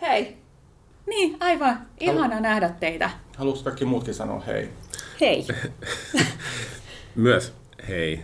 Hei! Niin, aivan. Ihana nähdä teitä. Haluatko kaikki muutkin sanoa hei? Hei! Myös hei.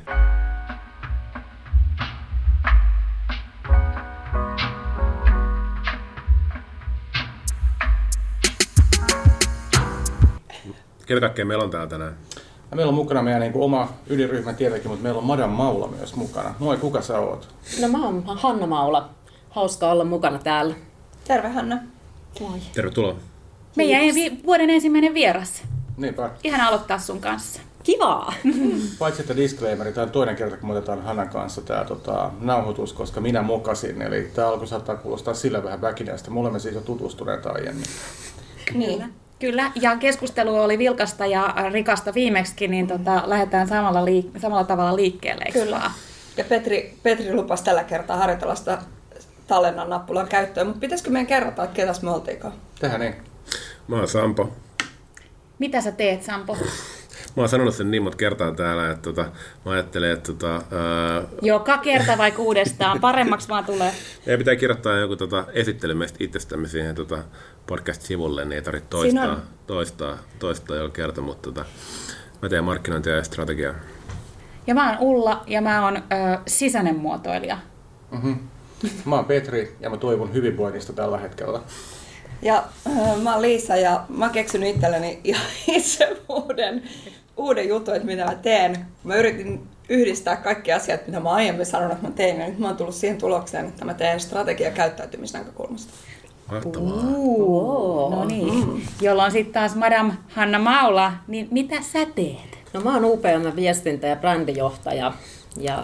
Ketä kaikkea meillä on täällä tänään? Ja meillä on mukana meidän niin kuin oma ydinryhmä tietenkin, mutta meillä on Madame Maula myös mukana. Moi, kuka sä oot? No mä oon Hanna Maula. Hauska olla mukana täällä. Terve Hanna. Moi. Tervetuloa. Meidän vuoden ensimmäinen vieras. Niinpä. Ihana aloittaa sun kanssa. Kivaa! Paitsi että disclaimeri, tämä on toinen kerta, kun me otetaan Hannan kanssa tämä nauhoitus, koska minä mokasin. Eli tämä alku saattaa kuulostaa sillä vähän väkinäistä. Me olemme siis jo tutustuneet aiemmin. Niin. Kyllä, ja keskustelu oli vilkasta ja rikasta viimeksikin, niin lähdetään samalla tavalla liikkeelle, eikö Kyllä. vaan? Ja Petri lupasi tällä kertaa harjoitella sitä tallennan nappulan käyttöön, mutta pitäisikö meidän kerrata, että ketäs me oltiinkaan? Tehdään niin. Mä oon Sampo. Mitä sä teet, Sampo? Mä oon sanonut sen niin monta kertaa täällä, että mä ajattelen, että Joka kerta vai uudestaan? Paremmaksi vaan tulee. meidän pitää kirjoittaa joku esittely meistä itsestämme siihen podcast-sivulle, niin ei tarvitse toistaa joka kerta, mutta mä teen markkinointia ja strategiaa. Ja mä oon Ulla ja mä oon sisäinen muotoilija. Mm-hmm. Mä oon Petri ja mä toivon hyvinvoinnista tällä hetkellä. Ja mä oon Liisa ja mä oon keksinyt itselleni itse uuden jutun, että mitä mä teen. Mä yritin yhdistää kaikki asiat, mitä mä aiemmin sanonut, että mä tein. Ja nyt mä oon tullut siihen tulokseen, että mä teen strategia- käyttäytymisnäkökulmasta. Mahtavaa. No niin. Jolloin sitten taas Madame Hanna Maula, niin mitä sä teet? No mä oon UPM viestintä- ja brändijohtaja ja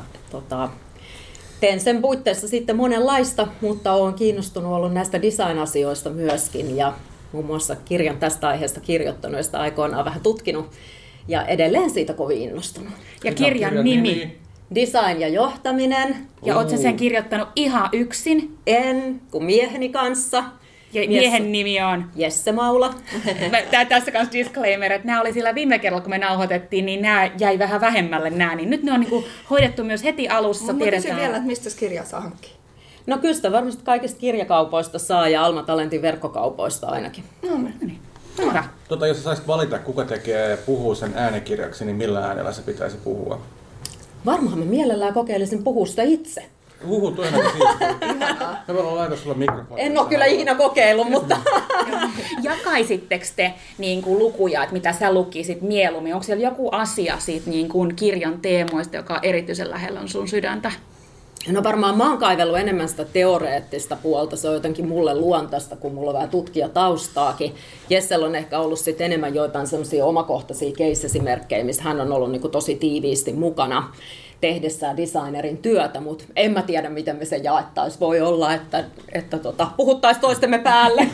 teen sen puitteissa sitten monenlaista, mutta olen kiinnostunut ollut näistä design-asioista myöskin ja muun muassa kirjan tästä aiheesta kirjoittanut, josta aikoinaan vähän tutkinut ja edelleen siitä kovin innostunut. Ja kirjan nimi. Design ja johtaminen. Ja oot sä sen kirjoittanut ihan yksin? En, kun mieheni kanssa. Ja miehen nimi on? Jesse Maula. Tässä kanssa disclaimer, että nämä oli sillä viime kerralla, kun me nauhoitettiin, niin nämä jäi vähän vähemmälle niin nyt ne on niinku hoidettu myös heti alussa. Mä kysyn vielä, että mistä kirjaa saa hankkia? No kyllä sitä varmasti kaikista kirjakaupoista saa ja Alma Talentin verkkokaupoista ainakin. No niin. Hyvä. Jos sä saisit valita, kuka tekee ja puhuu sen äänikirjaksi, niin millä äänellä se pitäisi puhua? Varmaan mä mielellään kokeilisin puhua sitä itse. Huhu, toi on aika siistiä. Me voidaan laittaa sulle mikrofoni. En ole kyllä ikinä kokeillut, mutta... Jakaisitteko te niin kuin lukuja, että mitä sä lukisit mieluummin? Onko siellä joku asia siitä niin kuin kirjan teemoista, joka erityisen lähellä on sun sydäntä? No varmaan mä oon kaivellut enemmän sitä teoreettista puolta. Se on jotenkin mulle luontaista, kun mulla on vähän tutkijataustaakin. Jessellä on ehkä ollut sit enemmän joitain semmoisia omakohtaisia case-esimerkkejä, missä hän on ollut niinku tosi tiiviisti mukana tehdessään designerin työtä, mutta en mä tiedä, miten me se jaettaisiin. Voi olla, että puhuttaisiin toistemme päälle.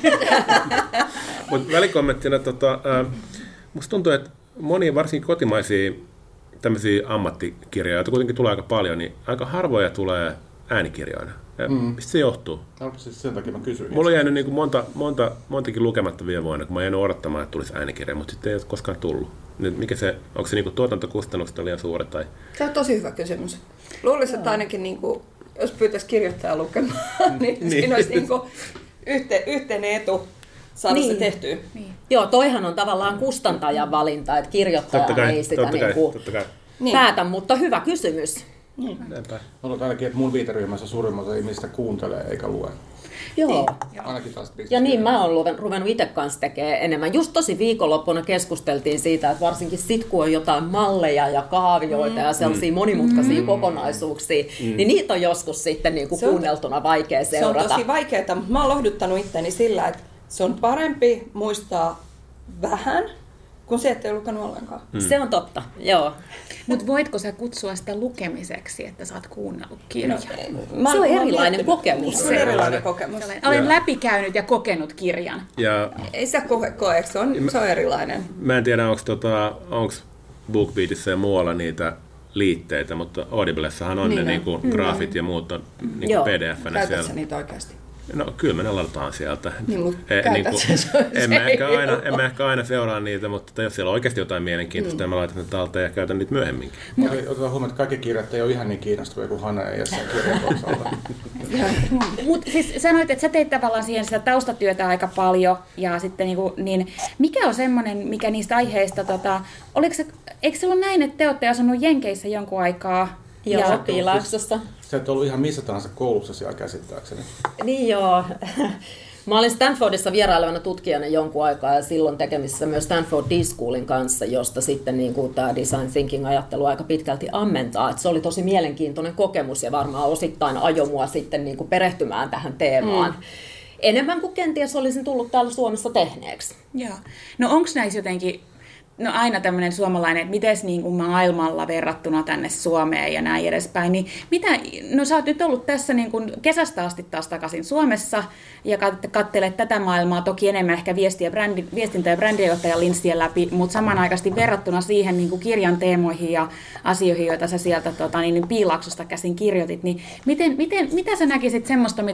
Mutta välikommenttina, musta tuntuu, että monia varsinkin kotimaisia tämmöisiä ammattikirjoja, joita kuitenkin tulee aika paljon, niin aika harvoja tulee äänikirjoina. Mistä se johtuu? No, siis sen takia mä kysyin. Mulla on jäänyt niin kuin montakin lukematta viime vuonna, kun mä oon jäänyt odottamaan, että tulisi äänikirja, mutta sitten ei ole koskaan tullut. Onko se niin kuin tuotantokustannukset liian suuret? Tai? Se on tosi hyvä kysymys. Luulisin, että ainakin niin kuin, jos pyytäisi kirjoittajaa lukemaan, niin siinä olisi niin kuin yhteinen etu saada se tehtyä. Niin. Joo, toihan on tavallaan kustantajan valinta, että kirjoittaja ei sitä päätä, mutta hyvä kysymys. Mä luulen ainakin, että mun viiteryhmässä suurimmat ihmistä kuuntelee eikä lue. Joo. Ainakin taas ja niin mä oon ruvennut itse kanssa tekemään enemmän. Just tosi viikonloppuna keskusteltiin siitä, että varsinkin sit kun on jotain malleja ja kaavioita ja sellaisia monimutkaisia kokonaisuuksia, niin niitä on joskus sitten niin kuin kuunneltuna vaikea seurata. Se on tosi vaikeaa, mutta mä oon lohduttanut itteni sillä, että se on parempi muistaa vähän, kun se, ettei lukenut ollenkaan. Se on totta, joo. Mutta voitko sä kutsua sitä lukemiseksi, että sä oot kuunnellut kirjaa? Se on erilainen kokemus. Se on erilainen kokemus. Olen läpikäynyt ja kokenut kirjan. Ei se koe, se on erilainen. Mä en tiedä, onko BookBeatissä ja muualla niitä liitteitä, mutta Audiblessahan on ne niinku graafit ja muut on niinku pdf-nä Käytätkö siellä. niitä oikeasti? No kyllä me ne laitetaan sieltä. Niin, en mä ehkä aina seuraa niitä, mutta jos siellä on oikeasti jotain mielenkiintoista, mä laitan ne talteen ja käytän niitä myöhemminkin. Otetaan huomioon, että kaikki kirjat ei ole ihan niin kiinnostavia kuin Hanna ja jossain kirjatoisaalta. Mutta siis sanoit, että sä teit tavallaan siihen sitä taustatyötä aika paljon, ja sitten niin mikä on semmoinen, mikä niistä aiheista, eikö se ole näin, että te olette asunut Jenkeissä jonkun aikaa? Joo, Piilaaksossa. Sä et ollut ihan missä tahansa koulussa siellä käsittääkseni. Niin joo. Mä olin Stanfordissa vierailevana tutkijana jonkun aikaa ja silloin tekemisissä myös Stanford D-Schoolin kanssa, josta sitten niin kuin tämä design thinking-ajattelu aika pitkälti ammentaa. Että se oli tosi mielenkiintoinen kokemus ja varmaan osittain ajoi mua sitten niin kuin perehtymään tähän teemaan. Enemmän kuin kenties olisin tullut täällä Suomessa tehneeksi. Joo. No onko näissä jotenkin... No aina tämmöinen suomalainen, että mites niin kuin maailmalla verrattuna tänne Suomeen ja näin edespäin, niin no sä oot nyt ollut tässä niin kuin kesästä asti taas takaisin Suomessa ja katselet tätä maailmaa, toki enemmän ehkä viestintä- ja brändijohtajan linssien läpi, mutta samanaikaisesti verrattuna siihen niin kuin kirjan teemoihin ja asioihin, joita sä sieltä Piilaaksosta käsin kirjoitit, niin mitä sä näkisit semmoista,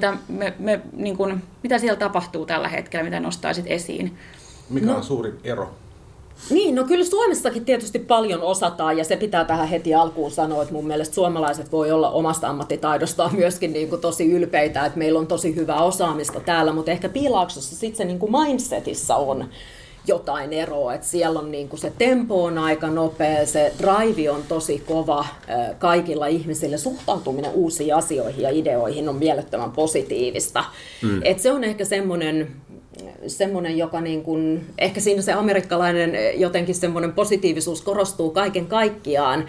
mitä siellä tapahtuu tällä hetkellä, mitä nostaisit esiin? Mikä on suuri ero? Niin, no kyllä Suomessakin tietysti paljon osataan ja se pitää tähän heti alkuun sanoa, että mun mielestä suomalaiset voi olla omasta ammattitaidostaan myöskin niin kuin tosi ylpeitä, että meillä on tosi hyvää osaamista täällä, mutta ehkä Piilaaksossa sitten se niin kuin mindsetissä on jotain eroa, että siellä on niin kuin se tempo on aika nopea, se drive on tosi kova kaikilla ihmisillä, suhtautuminen uusiin asioihin ja ideoihin on mielettömän positiivista. Että se on ehkä semmoinen, joka niin kuin, ehkä siinä se amerikkalainen jotenkin semmoinen positiivisuus korostuu kaiken kaikkiaan,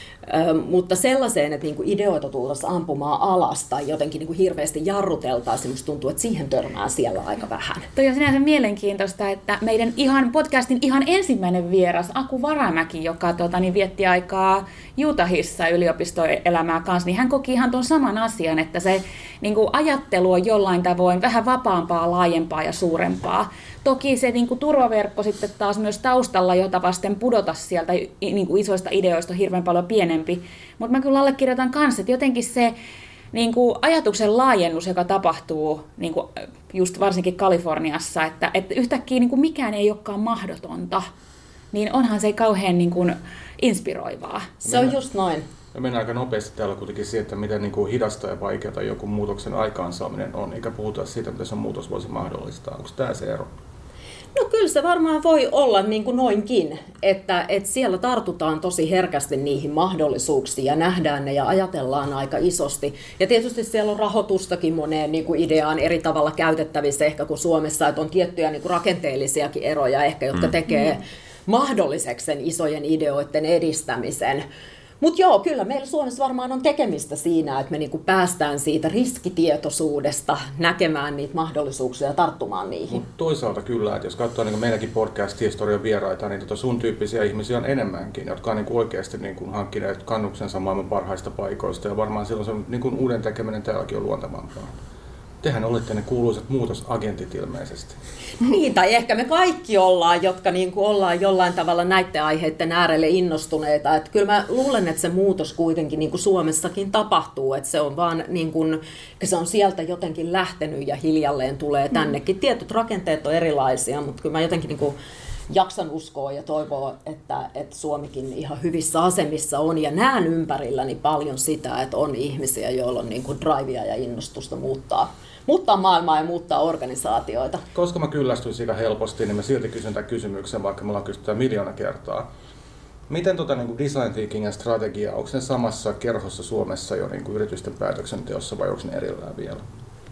mutta sellaiseen, että niin kuin ideoita tultaisiin ampumaan alas tai jotenkin niin kuin hirveästi jarruteltaisiin, musta tuntuu, että siihen törmää siellä aika vähän. Toi on sinänsä mielenkiintoista, että meidän podcastin ihan ensimmäinen vieras, Aku Varamäki, joka vietti aikaa Utahissa yliopistoelämää kanssa, niin hän koki ihan tuon saman asian, että se niin kuin ajattelu on jollain tavoin vähän vapaampaa, laajempaa ja suurempaa. Toki se niin kuin turvaverkko sitten taas myös taustalla, jota vasten pudota sieltä niin kuin isoista ideoista on hirveän paljon pienempi. Mutta mä kyllä allekirjoitan kanssa, että jotenkin se niin kuin ajatuksen laajennus, joka tapahtuu niin kuin just varsinkin Kaliforniassa, että yhtäkkiä niin kuin mikään ei olekaan mahdotonta, niin onhan se kauhean niin kuin inspiroivaa. Se on just noin. Ja mennään aika nopeasti täällä kuitenkin siihen, että miten niin kuin hidasta ja vaikeata joku muutoksen aikaansaaminen on, eikä puhuta siitä, miten se muutos voisi mahdollistaa. Onko tämä se ero? No kyllä se varmaan voi olla niin kuin noinkin, että siellä tartutaan tosi herkästi niihin mahdollisuuksiin ja nähdään ne ja ajatellaan aika isosti. Ja tietysti siellä on rahoitustakin moneen niin kuin ideaan eri tavalla käytettävissä ehkä kuin Suomessa, että on tiettyjä niin kuin rakenteellisiakin eroja ehkä, jotka tekee mahdolliseksi sen isojen ideoiden edistämisen. Mutta joo, kyllä meillä Suomessa varmaan on tekemistä siinä, että me niinku päästään siitä riskitietoisuudesta näkemään niitä mahdollisuuksia ja tarttumaan niihin. Mut toisaalta kyllä, että jos katsoo niin meidänkin podcast-historian vieraita, niin sun tyyppisiä ihmisiä on enemmänkin, jotka on niin oikeasti niin hankkineet kannuksensa maailman parhaista paikoista. Ja varmaan silloin se niin uuden tekeminen täälläkin on luontevampaa. Tehän olette ne kuuluisat muutosagentit ilmeisesti. Niin, tai ehkä me kaikki ollaan, jotka niin kuin ollaan jollain tavalla näiden aiheiden äärelle innostuneita. Että kyllä mä luulen, että se muutos kuitenkin niin kuin Suomessakin tapahtuu. Että se on vaan niin kuin, se on sieltä jotenkin lähtenyt ja hiljalleen tulee tännekin. Tietyt rakenteet on erilaisia, mutta kyllä mä jotenkin niin kuin jaksan uskoa ja toivoa, että Suomikin ihan hyvissä asemissa on. Ja näen ympärilläni paljon sitä, että on ihmisiä, joilla on niin kuin drivea ja innostusta muuttaa maailmaa ja muuttaa organisaatioita. Koska mä kyllästyin siitä helposti, niin mä silti kysyn tämän kysymyksen, vaikka me ollaan kysytty 1 000 000 kertaa. Miten niin design thinking ja strategia, onko ne samassa kerhossa Suomessa jo niin yritysten päätöksenteossa vai onko ne erillään vielä?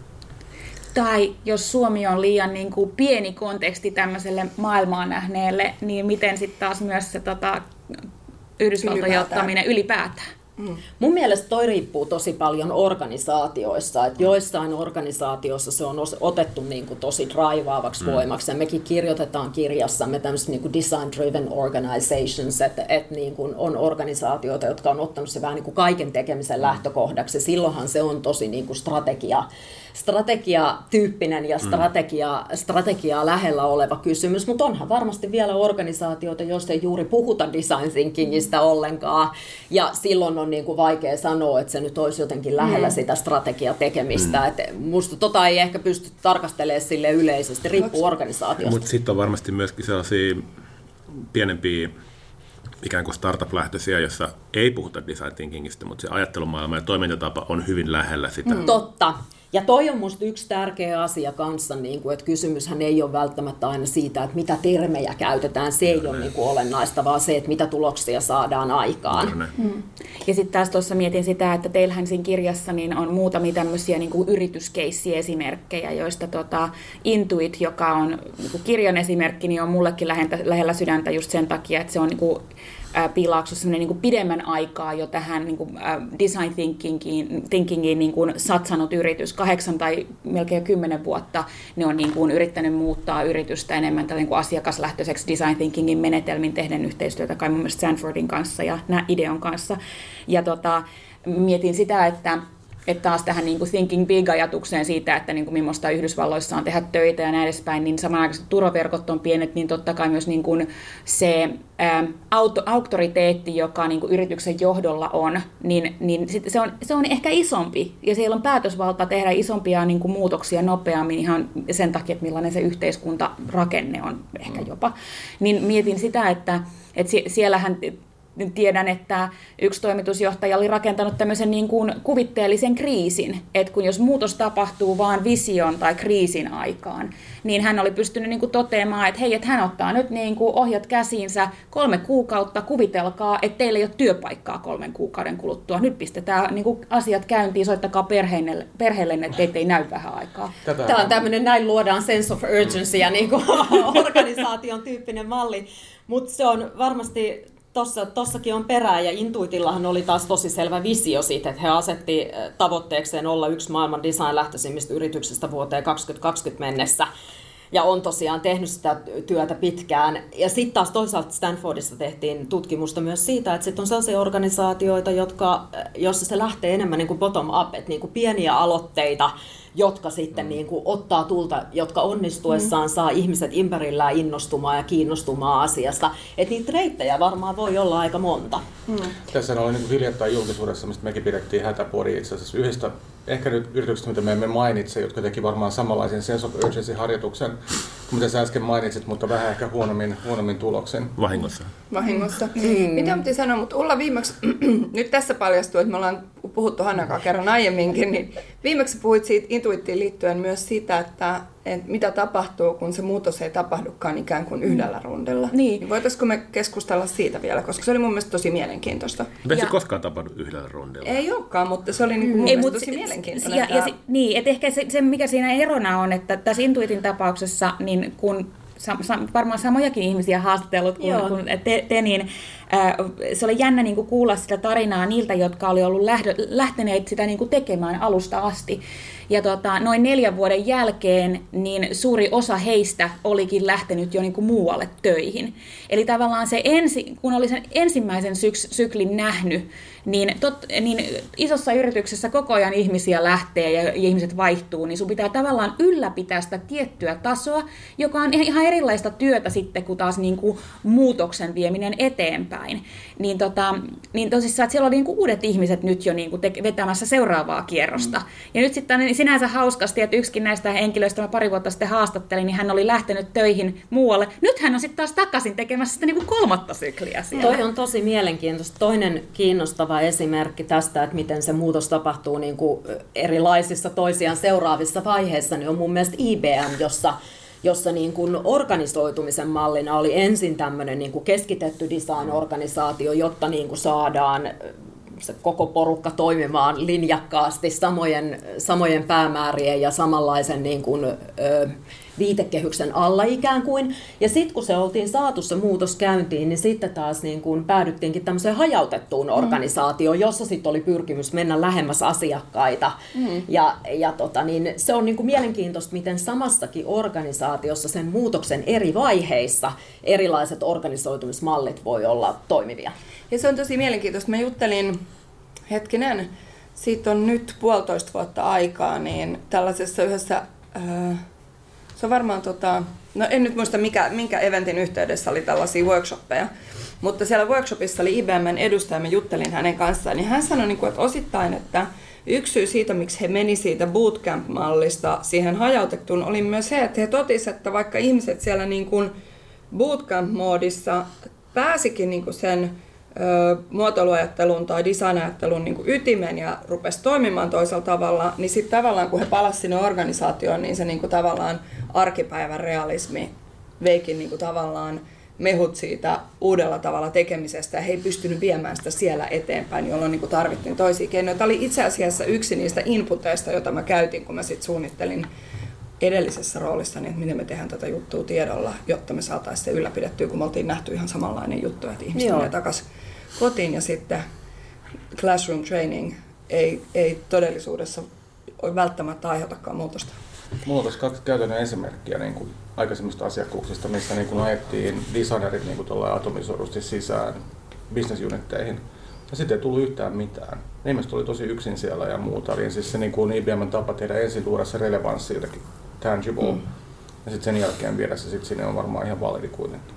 Tai jos Suomi on liian niin kuin pieni konteksti tämmöiselle maailmaa nähneelle, niin miten sitten taas myös se Yhdysvaltojen johtaminen ylipäätään? Mun mielestä toi riippuu tosi paljon organisaatioissa, että joissain organisaatioissa se on otettu niin kuin tosi draivaavaksi voimaksi, ja mekin kirjoitetaan kirjassamme tämmöiset niin kuin design-driven organizations, että niin kuin on organisaatioita, jotka on ottanut se vähän niin kuin kaiken tekemisen lähtökohdaksi, silloinhan se on tosi niin kuin strategiatyyppinen ja strategiaa lähellä oleva kysymys, mutta onhan varmasti vielä organisaatioita, joissa ei juuri puhuta design thinkingistä ollenkaan, ja silloin on on niin kuin vaikea sanoa, että se nyt olisi jotenkin lähellä sitä strategiatekemistä. Että musta ei ehkä pysty tarkastelemaan sille yleisesti, riippuu organisaatiosta. Mutta sitten on varmasti myöskin sellaisia pienempiä ikään kuin startup-lähtöisiä, jossa ei puhuta design thinkingistä, mutta se ajattelumaailma ja toimintatapa on hyvin lähellä sitä. Totta. Ja toi on musta yksi tärkeä asia kanssa, niin kuin, että kysymyshän ei ole välttämättä aina siitä, että mitä termejä käytetään, se ei ole niin kuin olennaista, vaan se, että mitä tuloksia saadaan aikaan. Ja sitten taas tuossa mietin sitä, että teillähän siinä kirjassa niin on muutamia tämmöisiä niin kuin yrityskeissiesimerkkejä, joista Intuit, joka on niin kuin kirjan esimerkki, niin on mullekin lähellä sydäntä just sen takia, että se on niin kuin Piilaaksossa semmoinen niin kuin pidemmän aikaa jo tähän niin kuin design thinkingiin niin kuin satsannut yritys. 8 tai melkein 10 vuotta ne on niin kuin yrittänyt muuttaa yritystä enemmän niin kuin asiakaslähtöiseksi design thinkingin menetelmin tehden yhteistyötä kai mun mielestä Stanfordin kanssa ja Ideon kanssa. Ja mietin sitä, että taas tähän niin kuin thinking big-ajatukseen siitä, että niin kuin millaista Yhdysvalloissa on tehdä töitä ja näin edespäin, niin samanaikaisesti turvaverkot on pienet, niin totta kai myös niin kuin se auktoriteetti, joka niin kuin yrityksen johdolla on, niin se on ehkä isompi. Ja siellä on päätösvalta tehdä isompia niin kuin muutoksia nopeammin ihan sen takia, että millainen se yhteiskuntarakenne on ehkä jopa. Niin mietin sitä, että siellähän tiedän, että yksi toimitusjohtaja oli rakentanut tämmöisen niin kuin kuvitteellisen kriisin, että kun jos muutos tapahtuu vaan vision tai kriisin aikaan, niin hän oli pystynyt niin kuin toteamaan, että hei, että hän ottaa nyt niin kuin ohjat käsiinsä 3 kuukautta, kuvitelkaa, että teillä ei ole työpaikkaa 3 kuukauden kuluttua. Nyt pistetään niin kuin asiat käyntiin, soittakaa perheelle, että teitä ei näy vähän aikaa. Tämä on tämmöinen, näin luodaan sense of urgency ja niin kuin organisaation tyyppinen malli, mutta se on varmasti Tossakin on perää, ja Intuitillahan oli taas tosi selvä visio siitä, että he asetti tavoitteekseen olla yksi maailman design-lähtöisimmistä yrityksistä vuoteen 2020 mennessä. Ja on tosiaan tehnyt sitä työtä pitkään. Ja sitten taas toisaalta Stanfordissa tehtiin tutkimusta myös siitä, että sitten on sellaisia organisaatioita, joissa se lähtee enemmän niin kuin bottom up, että niin kuin pieniä aloitteita, jotka sitten niin kuin ottaa tulta, jotka onnistuessaan saa ihmiset ympärillään innostumaan ja kiinnostumaan asiasta. Että niitä reittejä varmaan voi olla aika monta. Tässä oli niin hiljattain julkisuudessa, mistä mekin pidettiin hätäpodi itse asiassa yhdestä ehkä nyt yrityksestä, mitä me emme mainitse, jotka teki varmaan samanlaisen sense of urgency-harjoituksen kuin mitä sä äsken mainitsit, mutta vähän ehkä huonommin tuloksen. Vahingossa. Mitä piti sanoa, mutta Ulla viimeksi, nyt tässä paljastuu, että me ollaan puhuttu Hannakaan kerran aiemminkin, niin viimeksi puhuit siitä Intuittiin liittyen myös sitä, että mitä tapahtuu, kun se muutos ei tapahdukaan ikään kuin yhdellä rundilla. Niin voitaisiko me keskustella siitä vielä, koska se oli mun mielestä tosi mielenkiintoista. Ei se koskaan tapahdu yhdellä rundilla. Ei olekaan, mutta se oli niin kuin mun mielestä tosi mielenkiintoinen. Että ehkä se, mikä siinä erona on, että tässä Intuitin tapauksessa, niin kun varmaan samojakin ihmisiä haastatellut kuin te, niin se oli jännä niin kuin kuulla sitä tarinaa niiltä, jotka oli ollut lähteneet sitä niin kuin tekemään alusta asti. Ja noin 4 vuoden jälkeen niin suuri osa heistä olikin lähtenyt jo niin kuin muualle töihin. Eli tavallaan se kun oli sen ensimmäisen syklin nähnyt, niin isossa yrityksessä koko ajan ihmisiä lähtee ja ihmiset vaihtuu, niin sun pitää tavallaan ylläpitää sitä tiettyä tasoa, joka on ihan erilaista työtä sitten kuin taas niin kuin muutoksen vieminen eteenpäin. Niin tosissaan, että siellä oli niin kuin uudet ihmiset nyt jo niin kuin vetämässä seuraavaa kierrosta. Ja nyt sitten sinänsä hauskasti, että yksikin näistä henkilöistä mä pari vuotta sitten haastattelin, niin hän oli lähtenyt töihin muualle. Nyt hän on sitten taas takaisin tekemässä sitä niin kuin 3. sykliä siellä. Toi on tosi mielenkiintoista. Toinen kiinnostava esimerkki tästä, että miten se muutos tapahtuu niin kuin erilaisissa toisiaan seuraavissa vaiheissa, niin on mun mielestä IBM, jossa niin kuin organisoitumisen mallina oli ensin tämmöinen niin kuin keskitetty design-organisaatio, jotta niin kuin saadaan se koko porukka toimimaan linjakkaasti samojen päämäärien ja samanlaisen niin kuin, viitekehyksen alla ikään kuin. Ja sitten kun se oltiin saatu se muutos käyntiin, niin sitten taas niin kuin päädyttiinkin tämmöiseen hajautettuun organisaatioon, jossa sitten oli pyrkimys mennä lähemmäs asiakkaita. Niin se on niin kuin mielenkiintoista, miten samassakin organisaatiossa sen muutoksen eri vaiheissa erilaiset organisoitumismallit voi olla toimivia. Ja se on tosi mielenkiintoista. Mä juttelin, siitä on nyt 1,5 vuotta aikaa, niin tällaisessa yhdessä Se on varmaan, no en nyt muista minkä eventin yhteydessä oli tällaisia workshoppeja, mutta siellä workshopissa oli IBM:n edustaja, mä juttelin hänen kanssaan, niin hän sanoi, että osittain, että yksi syy siitä, miksi he meni siitä bootcamp-mallista siihen hajautettuun, oli myös se, että he totisivat, että vaikka ihmiset siellä niin kuin bootcamp-moodissa pääsikin niin kuin sen muotoiluajattelun tai designajattelun niin kuin ytimen ja rupesi toimimaan toisella tavalla, niin sitten tavallaan kun he palasivat sinne organisaatioon, niin se niin kuin tavallaan arkipäivän realismi veikin niin kuin tavallaan mehut siitä uudella tavalla tekemisestä ja he ei pystynyt viemään sitä siellä eteenpäin, jolloin niin kuin tarvittiin toisia keinoja. Tämä oli itse asiassa yksi niistä inputeista, joita mä käytin, kun mä sitten suunnittelin edellisessä roolissa, niin että miten me tehdään tätä juttua tiedolla, jotta me saataisiin se ylläpidettyä, kun me oltiin nähty ihan samanlainen juttu, että ihmiset menee takaisin kotiin ja sitten classroom training ei todellisuudessa välttämättä aiheutakaan muutosta. Mulla on tässä 2 käytännön esimerkkiä niin kuin aikaisemmista asiakkuuksista, missä niin kuin ajettiin designerit niin kuin atomisoidusti sisään business unitteihin. Ja sitten ei tullut yhtään mitään. Ihmiset oli tosi yksin siellä ja muuta. Eli siis se niin kuin IBM:n tapa tehdä ensin luoda se relevanssi jotenkin tangible. Ja sitten sen jälkeen viedä se sitten sinne on varmaan ihan validi kuitenkin.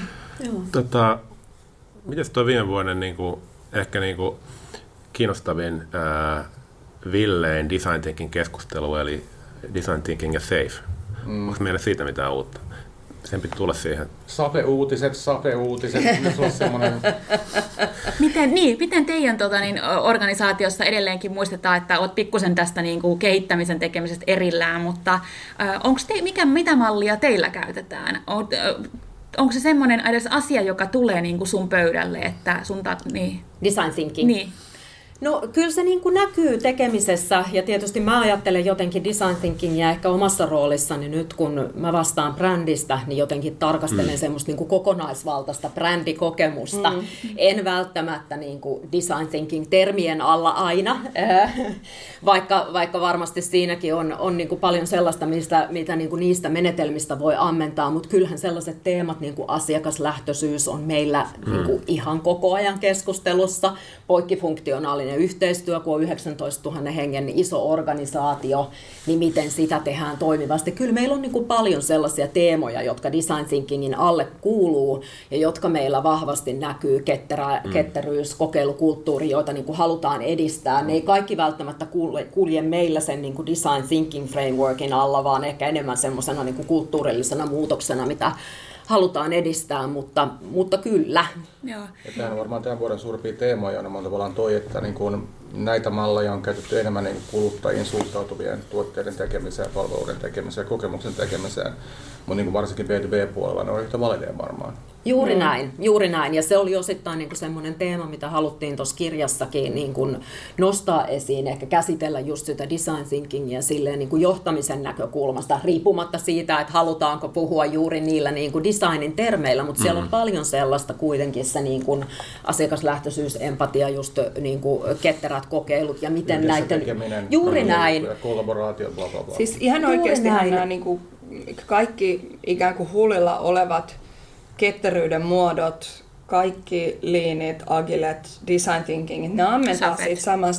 Mites tuo viime vuoden niinku, ehkä niinku kiinnostavin Villeen design thinking keskustelu, eli design thinking ja safe. Onko meillä siitä mitään uutta? Sen pitää tulla siihen. Safe-uutiset. Nyt on semmoinen... Miten teidän organisaatiossa edelleenkin muistetaan, että olet pikkusen tästä niinku kehittämisen tekemisestä erillään, mutta mitä mallia teillä käytetään? Onko se semmoinen edes asia, joka tulee niinku sun pöydälle, että niin. Design thinking. Niin. No kyllä se niin kuin näkyy tekemisessä ja tietysti mä ajattelen jotenkin design thinkingia ehkä omassa roolissani nyt kun mä vastaan brändistä, niin jotenkin tarkastelen semmoista niin kuin kokonaisvaltaista brändikokemusta. En välttämättä niin kuin design thinking termien alla aina, vaikka varmasti siinäkin on niin kuin paljon sellaista, mitä niin kuin niistä menetelmistä voi ammentaa, mutta kyllähän sellaiset teemat niin kuin asiakaslähtöisyys on meillä niin kuin ihan koko ajan keskustelussa, poikkifunktionaalinen yhteistyö, kun on 19 000 hengen iso organisaatio, niin miten sitä tehdään toimivasti. Kyllä meillä on niin kuin paljon sellaisia teemoja, jotka design thinkingin alle kuuluu ja jotka meillä vahvasti näkyy, ketteryys, kokeilukulttuuri, joita niin kuin halutaan edistää. Ne ei kaikki välttämättä kulje meillä sen niin kuin design thinking frameworkin alla, vaan ehkä enemmän semmoisena niin kuin kulttuurillisena muutoksena, mitä halutaan edistää, mutta kyllä. Joo. Tämä on varmaan tämän vuoden suurimpia teemoja, on tavallaan toi, että niin kun näitä malleja on käytetty enemmän niin kuluttajiin suuntautuvien tuotteiden tekemiseen, palveluiden tekemiseen ja kokemuksen tekemiseen, mutta niin varsinkin B2B-puolella ne on yhtä valideja varmaan. Juuri näin. Ja se oli osittain niin kuin semmoinen teema, mitä haluttiin tuossa kirjassakin niin kuin nostaa esiin, ehkä käsitellä just sitä design thinkingia silleen niin kuin johtamisen näkökulmasta, riippumatta siitä, että halutaanko puhua juuri niillä niin kuin designin termeillä, mutta siellä on paljon sellaista kuitenkin se niin kuin asiakaslähtöisyys, empatia, just niin kuin ketterät kokeilut ja miten yhdessä näiden... tekeminen, juuri näin. Kollaboraatio, bla bla bla. Siis ihan oikeasti nämä niin kuin kaikki ikään kuin huulilla olevat ketteryyden muodot, kaikki leanit, agilet, design thinkingit, ne ammentaa siitä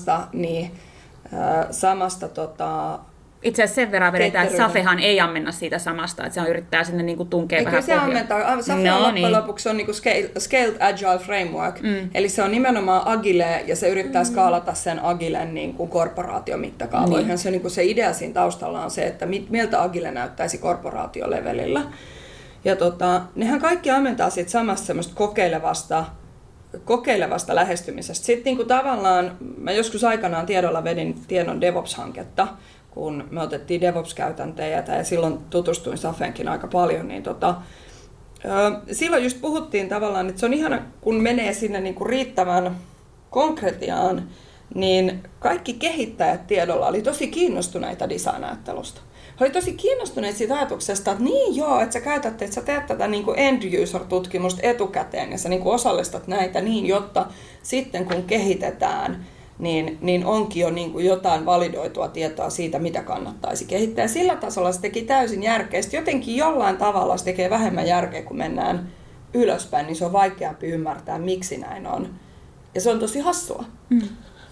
samasta itse asiassa sen verran vedetään, että Safehan ei ammenna siitä samasta, että se yrittää sinne niinku tunkea vähän pohjaa. Kyllä se ammentaa. Safe loppujen lopuksi on niinku Scaled Agile Framework, eli se on nimenomaan agile ja se yrittää skaalata sen agilen niinku korporaatiomittakaavoihin. Niin. Se, niinku se idea siinä taustalla on se, että miltä agile näyttäisi korporaatiolevelillä. Ja nehän kaikki ammentaa siitä samasta semmoista kokeilevasta lähestymisestä. Sitten niinku tavallaan, mä joskus aikanaan tiedolla vedin tiedon DevOps-hanketta, kun me otettiin DevOps-käytäntöjä ja silloin tutustuin Safenkin aika paljon, niin silloin just puhuttiin tavallaan, että se on ihana, kun menee sinne niinku riittävän konkretiaan, niin kaikki kehittäjät tiedolla oli tosi kiinnostuneita design-ajattelusta. He oli tosi kiinnostuneita siitä ajatuksesta, että niin joo, että sä teet tätä niin kuin end-user-tutkimusta etukäteen ja sä niin kuin osallistat näitä niin, jotta sitten kun kehitetään, niin onkin jo niin kuin jotain validoitua tietoa siitä, mitä kannattaisi kehittää. Ja sillä tasolla se teki täysin järkeä. Sitten jotenkin jollain tavalla se tekee vähemmän järkeä, kun mennään ylöspäin, niin se on vaikeampi ymmärtää, miksi näin on. Ja se on tosi hassua.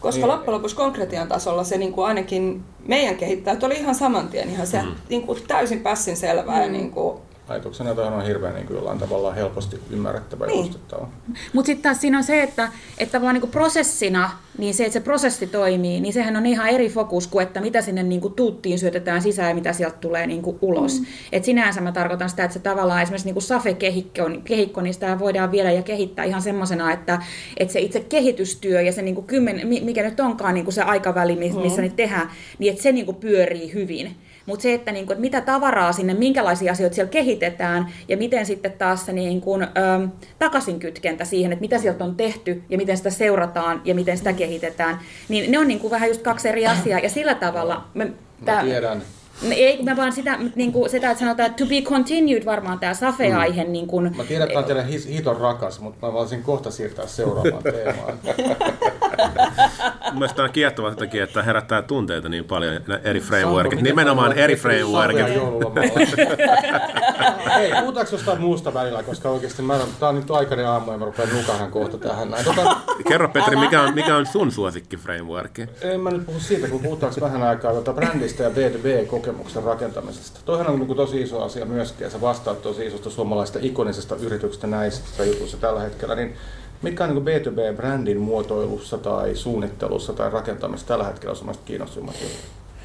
Koska loppujen lopuksi konkretian tasolla se niin kuin ainakin meidän kehittäjät oli ihan saman tien ihan se, niin kuin täysin pässin selvää. Ja niin kuin ajatuksena toi on hirveän niin kuin jollain tavalla helposti ymmärrettävä ja uskottava. Mutta sitten taas siinä on se, että tavallaan niin prosessina, niin se, että se prosessi toimii, niin sehän on ihan eri fokus kuin, että mitä sinne niin kuin tuuttiin syötetään sisään ja mitä sieltä tulee niin kuin ulos. Et sinänsä mä tarkoitan sitä, että se tavallaan esimerkiksi niin kuin SAFE-kehikko, niin sitä voidaan viedä ja kehittää ihan semmoisena, että se itse kehitystyö ja se niin kuin mikä nyt onkaan niin kuin se aikaväli, missä niitä tehdään, niin että se niin kuin pyörii hyvin. Mutta se, että mitä tavaraa sinne, minkälaisia asioita siellä kehitetään ja miten sitten taas se takaisinkytkentä siihen, että mitä sieltä on tehty ja miten sitä seurataan ja miten sitä kehitetään, niin ne on vähän just kaksi eri asiaa ja sillä tavalla... Mä tiedän. Ei, mä vaan sitä, että sanotaan, että to be continued varmaan tämä SAFE-aihe. Mä tiedän, että on teidän hiton rakas, mutta mä voisin kohta siirtää seuraavaan teemaan. Mielestäni on kiehtovaa sen takia, että herättää tunteita niin paljon eri frameworkit. Nimenomaan eri frameworkit. Hei, puhutaanko jostain muusta välillä, koska oikeasti tää on nyt aikainen aamu ja mä rupean nukahan kohta tähän näin. Kerro Petri, mikä on sun suosikki frameworki? En mä nyt puhu siitä, kun puhutaanko vähän aikaa brändistä ja B2B-kokemuksen rakentamisesta. Toihan on tosi iso asia myöskin, ja sä vastaat tosi isosta suomalaisesta ikonisesta yrityksestä näissä jutuissa tällä hetkellä. Niin mitkä on B2B-brändin muotoilussa tai suunnittelussa tai rakentamisessa tällä hetkellä on semmoista kiinnostavimmat jutut?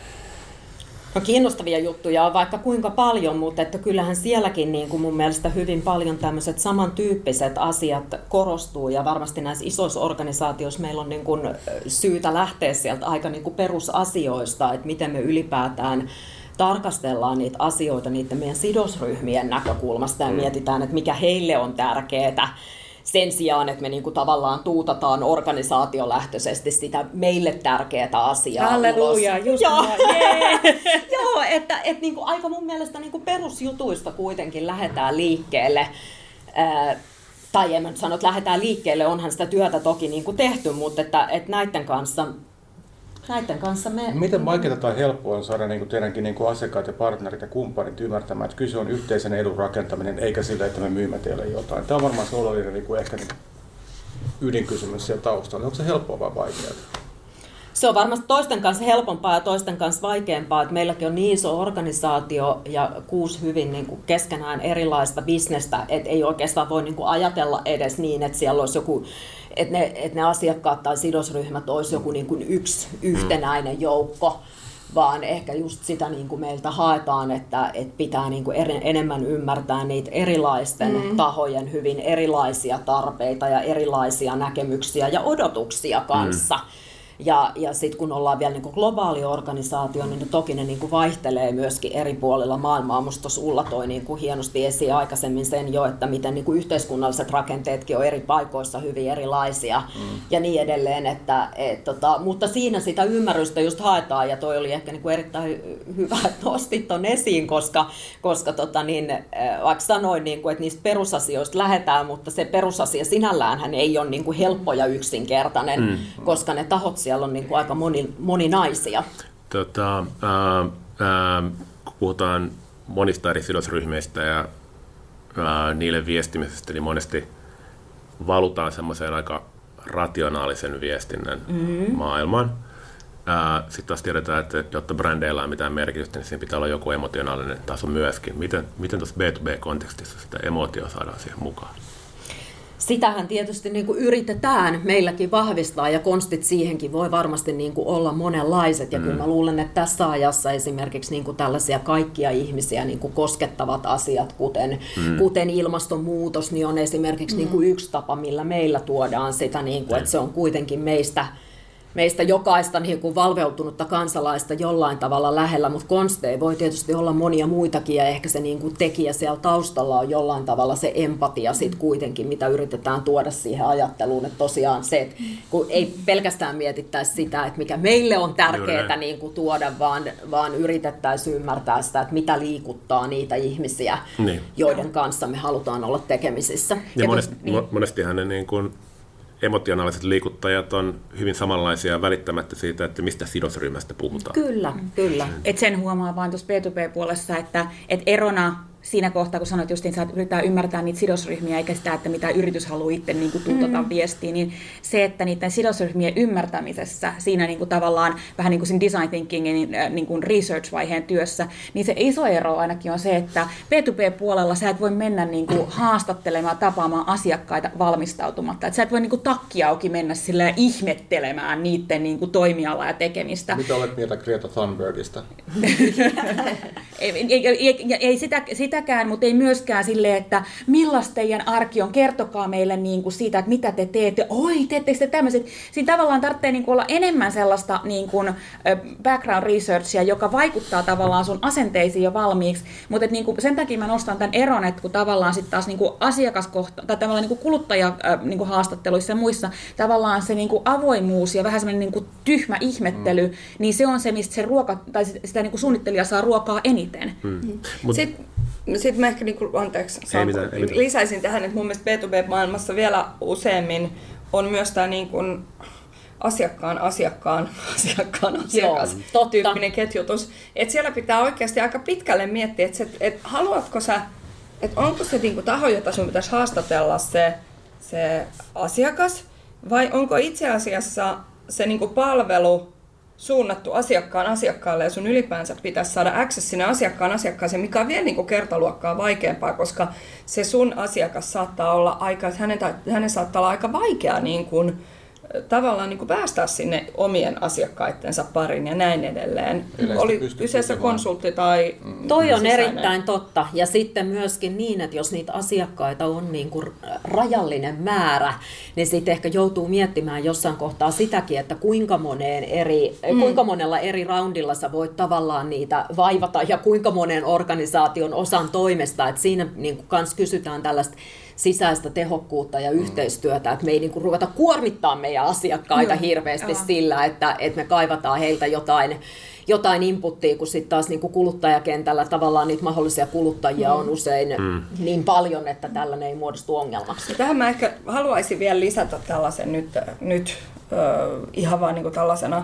No kiinnostavia juttuja on vaikka kuinka paljon, mutta että kyllähän sielläkin niin kuin mun mielestä hyvin paljon tämmöiset samantyyppiset asiat korostuu ja varmasti näissä isoissa organisaatioissa meillä on niin kuin syytä lähteä sieltä aika niin kuin perusasioista, että miten me ylipäätään tarkastellaan niitä asioita niiden meidän sidosryhmien näkökulmasta ja mietitään, että mikä heille on tärkeää. Sen sijaan, että me niinku tavallaan tuutataan organisaatiolähtöisesti sitä meille tärkeää asiaa Halleluja, just Joo, että niinku aika mun mielestä niinku perusjutuista kuitenkin lähdetään liikkeelle. Tai en mä nyt sano, että lähdetään liikkeelle, onhan sitä työtä toki niinku tehty, mutta että näiden kanssa me... Miten vaikeaa tai helppoa on saada teidänkin asiakkaat ja partnerit ja kumppanit ymmärtämään, että kyse on yhteisen edun rakentaminen, eikä sillä, että me myymme teille jotain. Tämä on varmaan se oleellinen ehkä ydinkysymys siellä taustalla. Onko se helppoa vai vaikeaa? Se on varmasti toisten kanssa helpompaa ja toisten kanssa vaikeampaa, että meilläkin on niin iso organisaatio ja 6 hyvin keskenään erilaista bisnestä, että ei oikeastaan voi ajatella edes niin, että siellä olisi joku, että ne asiakkaat tai sidosryhmät olisi joku yksi yhtenäinen joukko, vaan ehkä just sitä meiltä haetaan, että pitää enemmän ymmärtää niitä erilaisten tahojen hyvin erilaisia tarpeita ja erilaisia näkemyksiä ja odotuksia kanssa. Ja sitten kun ollaan vielä globaali organisaatio, niin toki ne vaihtelee myöskin eri puolilla maailmaa. Musta tuossa Ulla toi hienosti esiin aikaisemmin sen jo, että miten yhteiskunnalliset rakenteetkin on eri paikoissa hyvin erilaisia ja niin edelleen. Mutta siinä sitä ymmärrystä just haetaan ja toi oli ehkä erittäin hyvä, että nostit ton esiin, koska vaikka sanoin, että niistä perusasioista lähdetään, mutta se perusasia sinälläänhän ei ole helppo ja yksinkertainen, koska ne tahot siellä on aika moninaisia. Kun puhutaan monista eri sidosryhmistä ja niille viestimisestä, niin monesti valutaan semmoiseen aika rationaalisen viestinnän maailmaan. Sitten taas tiedetään, että jotta brändeillä on mitään merkitystä, niin siinä pitää olla joku emotionaalinen taso myöskin. Miten tuossa B2B-kontekstissa sitä emootioa saadaan siihen mukaan? Sitähän tietysti yritetään meilläkin vahvistaa ja konstit siihenkin voi varmasti olla monenlaiset. Ja kyllä mä luulen, että tässä ajassa esimerkiksi tällaisia kaikkia ihmisiä koskettavat asiat, kuten ilmastonmuutos, niin on esimerkiksi yksi tapa, millä meillä tuodaan sitä, että se on kuitenkin meistä jokaista valveutunutta kansalaista jollain tavalla lähellä, mutta konsteja voi tietysti olla monia muitakin ja ehkä se tekijä siellä taustalla on jollain tavalla se empatia sit kuitenkin, mitä yritetään tuoda siihen ajatteluun, että tosiaan se, että kun ei pelkästään mietittäisi sitä, että mikä meille on tärkeää tuoda, vaan yritettäisiin ymmärtää sitä, että mitä liikuttaa niitä ihmisiä, joiden kanssa me halutaan olla tekemisissä. Ja monestihan ne emotionaaliset liikuttajat on hyvin samanlaisia välittämättä siitä, että mistä sidosryhmästä puhutaan. Kyllä. Et sen huomaa vain tuossa B2B-puolessa, että erona siinä kohtaa, kun sanoit justiin, että yritetään ymmärtää niitä sidosryhmiä, eikä sitä, että mitä yritys haluaa itse niin kuin tuutata viestiä, niin se, että niiden sidosryhmien ymmärtämisessä, siinä niin kuin tavallaan vähän niin kuin siinä design thinkingin niin kuin research-vaiheen työssä, niin se iso ero ainakin on se, että B2B-puolella sä et voi mennä niin kuin haastattelemaan, tapaamaan asiakkaita valmistautumatta. Että sä et voi niin kuin takki auki mennä silleen ihmettelemään niiden niin kuin toimialaa ja tekemistä. Mitä olet mieltä Greta Thunbergista? ei sitäkään, mutta ei myöskään silleen, että millaista teidän arki on, kertokaa meille niin kuin siitä, että mitä te teette. Oi, teettekö te tämmöiset? Siinä tavallaan tarvitsee niin kuin olla enemmän sellaista niin kuin background researchia, joka vaikuttaa tavallaan sun asenteisiin jo valmiiksi, mutta niin kuin sen takia mä nostan tämän eron, että kun tavallaan sitten taas niin kuin asiakaskohta, tai tavallaan niin kuin kuluttajahaastatteluissa ja muissa, tavallaan se niin kuin avoimuus ja vähän semmoinen niin kuin tyhmä ihmettely, niin se on se, mistä se ruoka, tai sitä niin kuin suunnittelija saa ruokaa eniten. Sitten mä ehkä, lisäisin tähän, että mun mielestä B2B-maailmassa vielä useammin on myös tämä niin kuin asiakkaan tyyppinen ketjutus. Että siellä pitää oikeasti aika pitkälle miettiä, että haluatko sä, että onko se niin kuin taho, jota sun pitäisi haastatella se asiakas, vai onko itse asiassa se niin kuin palvelu suunnattu asiakkaalle ja sun ylipäänsä pitäisi saada access sinne asiakkaaseen, mikä on vielä niin kuin kertaluokkaa vaikeampaa, koska se sun asiakas saattaa olla aika, hänen saattaa olla aika vaikea niin kuin, tavallaan niin kuin päästää sinne omien asiakkaittensa parin ja näin edelleen. Oli kyseessä konsultti tai toi on erittäin totta. Ja sitten myöskin niin, että jos niitä asiakkaita on niin kuin rajallinen määrä, niin sitten ehkä joutuu miettimään jossain kohtaa sitäkin, että kuinka monella eri roundilla sä voit tavallaan niitä vaivata ja kuinka monen organisaation osan toimesta. Että siinä niin kuin kans kysytään tällaista sisäistä tehokkuutta ja yhteistyötä, että me ei niin kuin ruveta kuormittaa meidän asiakkaita hirveästi sillä, että me kaivataan heiltä jotain inputtia, kun sitten taas niin kuin kuluttajakentällä tavallaan niitä mahdollisia kuluttajia on usein niin paljon, että tällainen ei muodostu ongelmaksi. Tähän mä ehkä haluaisin vielä lisätä tällaisen nyt ihan vaan niin kuin tällaisena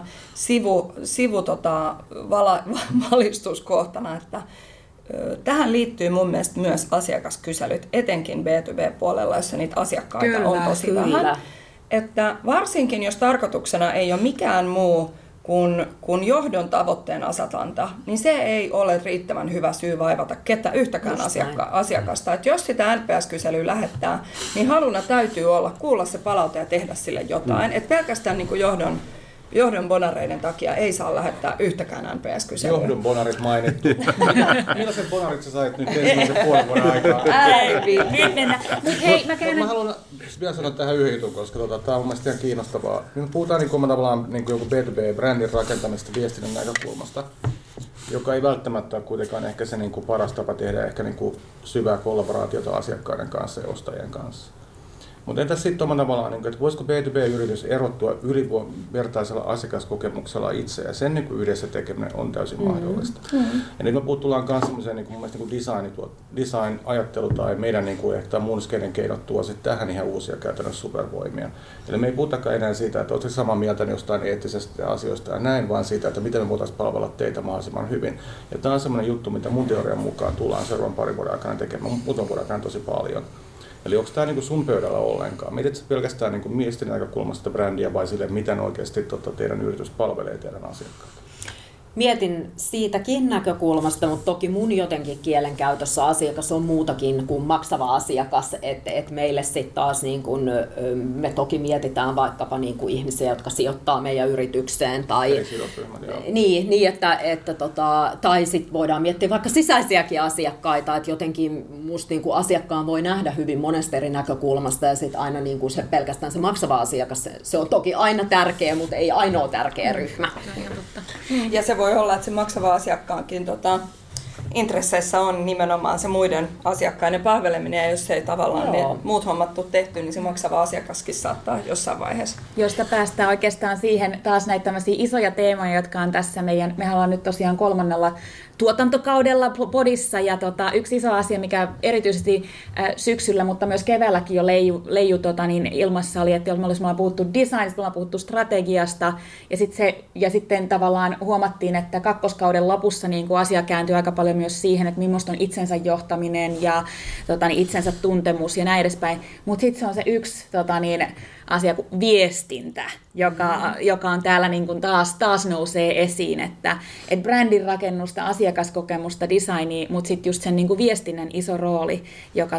valistuskohtana, että tähän liittyy mun mielestä myös asiakaskyselyt, etenkin B2B-puolella, jossa niitä asiakkaita on tosi vähän. Että varsinkin jos tarkoituksena ei ole mikään muu kuin johdon tavoitteen asetanta, niin se ei ole riittävän hyvä syy vaivata yhtäkään asiakasta. Että jos sitä NPS-kyselyä lähettää, niin haluna täytyy olla kuulla se palaute ja tehdä sille jotain. Että pelkästään niin kuin johdon bonareiden takia ei saa lähettää yhtäkään NPS-kyselyä. Johdon bonarit mainittu. Millaisen bonarit sä sait nyt ensimmäisen puolen vuoden aikaa? Nyt mennään. Mä haluan vielä sanoa tähän yhden jutun, koska tämä on mun mielestä ihan kiinnostavaa. Me puhutaan tavallaan joku B2B-brändin rakentamista viestinnän näkökulmasta, joka ei välttämättä ole kuitenkaan ehkä se paras tapa tehdä ehkä syvää kollaboraatiota asiakkaiden kanssa ja ostajien kanssa. Mutta entäs sitten tavallaan, että voisiko B2B-yritys erottua ylivertaisella asiakaskokemuksella itse, ja sen yhdessä tekeminen on täysin mahdollista. Ja nyt me tullaan myös semmoiseen design-ajattelu tai meidän ehkä muun skeiden keinot tuo sitten tähän ihan uusia käytännössä supervoimia. Eli me ei puhutakaan enää siitä, että oletko samaa mieltä jostain eettisestä asioista ja näin, vaan siitä, että miten me voitaisiin palvella teitä mahdollisimman hyvin. Ja tämä on semmoinen juttu, mitä mun teorian mukaan tullaan seuraavan parin vuoden aikana tekemään, muutaman vuoden aikana tosi paljon. Eli onko tämä sun pöydällä ollenkaan? Mietit sä pelkästään miesten näkökulmasta brändiä vai sille, miten oikeasti teidän yritys palvelee teidän asiakkaita? Mietin siitäkin näkökulmasta, mutta toki mun jotenkin kielenkäytössä asiakas on muutakin kuin maksava asiakas, että meille sitten taas me toki mietitään vaikkapa ihmisiä, jotka sijoittaa meidän yritykseen tai tai sitten voidaan miettiä vaikka sisäisiäkin asiakkaita, että jotenkin musta asiakkaan voi nähdä hyvin monesta eri näkökulmasta ja sitten aina se pelkästään se maksava asiakas, se on toki aina tärkeä, mutta ei ainoa tärkeä ryhmä. Ja se voi olla, että se maksava asiakkaankin intresseissä on nimenomaan se muiden asiakkaiden palveleminen, ja jos ei tavallaan ne muut hommat tule tehty, niin se maksava asiakaskin saattaa jossain vaiheessa. Josta päästään oikeastaan siihen taas näitä tämmöisiä isoja teemoja, jotka on tässä mehän ollaan nyt tosiaan 3. tuotantokaudella podissa, ja yksi iso asia, mikä erityisesti syksyllä, mutta myös keväälläkin jo leiju ilmassa oli, että me ollaan puhuttu designista, me ollaan puhuttu strategiasta, ja sitten tavallaan huomattiin, että kakkoskauden lopussa niin asia kääntyi aika paljon myös siihen, että millaista on itsensä johtaminen ja itsensä tuntemus ja näin edespäin. Mutta sitten se on se yksi asia kuin viestintä, joka on täällä niin kuin taas nousee esiin, että brändin rakennusta, asiakaskokemusta, designia, mutta sitten just sen niin kuin viestinnän iso rooli, joka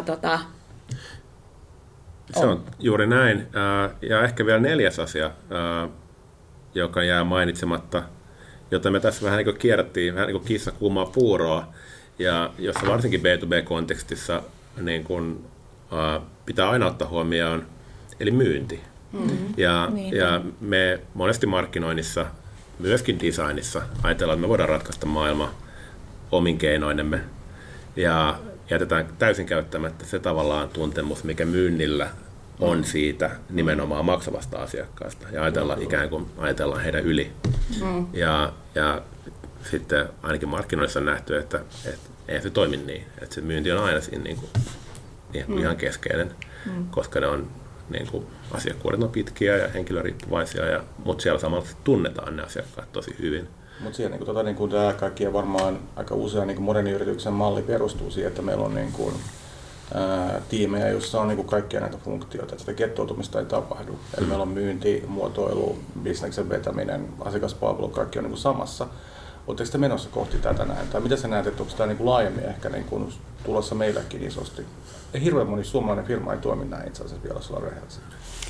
Se on juuri näin. Ja ehkä vielä 4. asia, joka jää mainitsematta, jota me tässä vähän niin kuin kierrättiin, vähän niin kuin kissa kuumaa puuroa, ja jossa varsinkin B2B-kontekstissa niin kuin, pitää aina ottaa huomioon, eli myynti. Ja me monesti markkinoinnissa, myöskin designissa, ajatellaan, että me voidaan ratkaista maailma omin keinoinemme, ja jätetään täysin käyttämättä se tavallaan tuntemus, mikä myynnillä on siitä nimenomaan maksavasta asiakkaasta, ja ajatellaan heidän yli. Ja sitten ainakin markkinoissa on nähty, että ei se toimi niin, että se myynti on aina siinä ihan keskeinen, koska ne on asiakkuudet on pitkiä ja henkilöriippuvaisia, mutta siellä samalla tunnetaan ne asiakkaat tosi hyvin. Mutta siihen tämä kaikkien varmaan aika usein modernin yrityksen malli perustuu siihen, että meillä on tiimejä, joissa on kaikkia näitä funktioita, että sitä gettoutumista ei tapahdu. Eli meillä on myynti, muotoilu, bisneksen vetäminen, asiakaspalvelu, kaikki on samassa. Oletteko te menossa kohti tätä näin? Tai mitä sä näet, että onko tämä laajemmin ehkä tulossa meillekin isosti? Ja hirveän moni suomalainen firma ei toimi näin itse asiassa vielä, jos ollaan rehellisiä.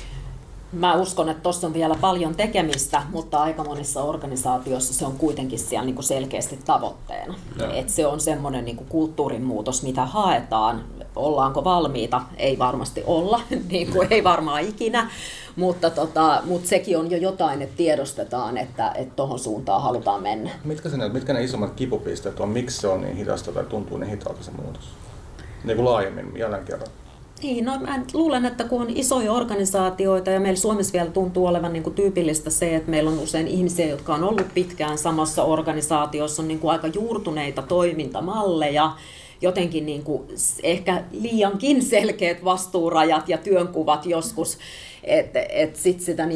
Mä uskon, että tuossa on vielä paljon tekemistä, mutta aika monissa organisaatioissa se on kuitenkin siellä selkeästi tavoitteena. Et se on semmoinen kulttuurin muutos, mitä haetaan. Ollaanko valmiita? Ei varmasti olla, ei varmaan ikinä, mutta sekin on jo jotain, että tiedostetaan, että tuohon suuntaan halutaan mennä. Mitkä ne isommat kipupisteet on? Miksi se on niin hidasta tai tuntuu niin hitaalta se muutos? Laajemmin, jälleen kerran. Niin, mä luulen, että kun on isoja organisaatioita ja meillä Suomessa vielä tuntuu olevan tyypillistä se, että meillä on usein ihmisiä, jotka on ollut pitkään samassa organisaatiossa, on aika juurtuneita toimintamalleja, jotenkin ehkä liiankin selkeät vastuurajat ja työnkuvat joskus, että sitten sitä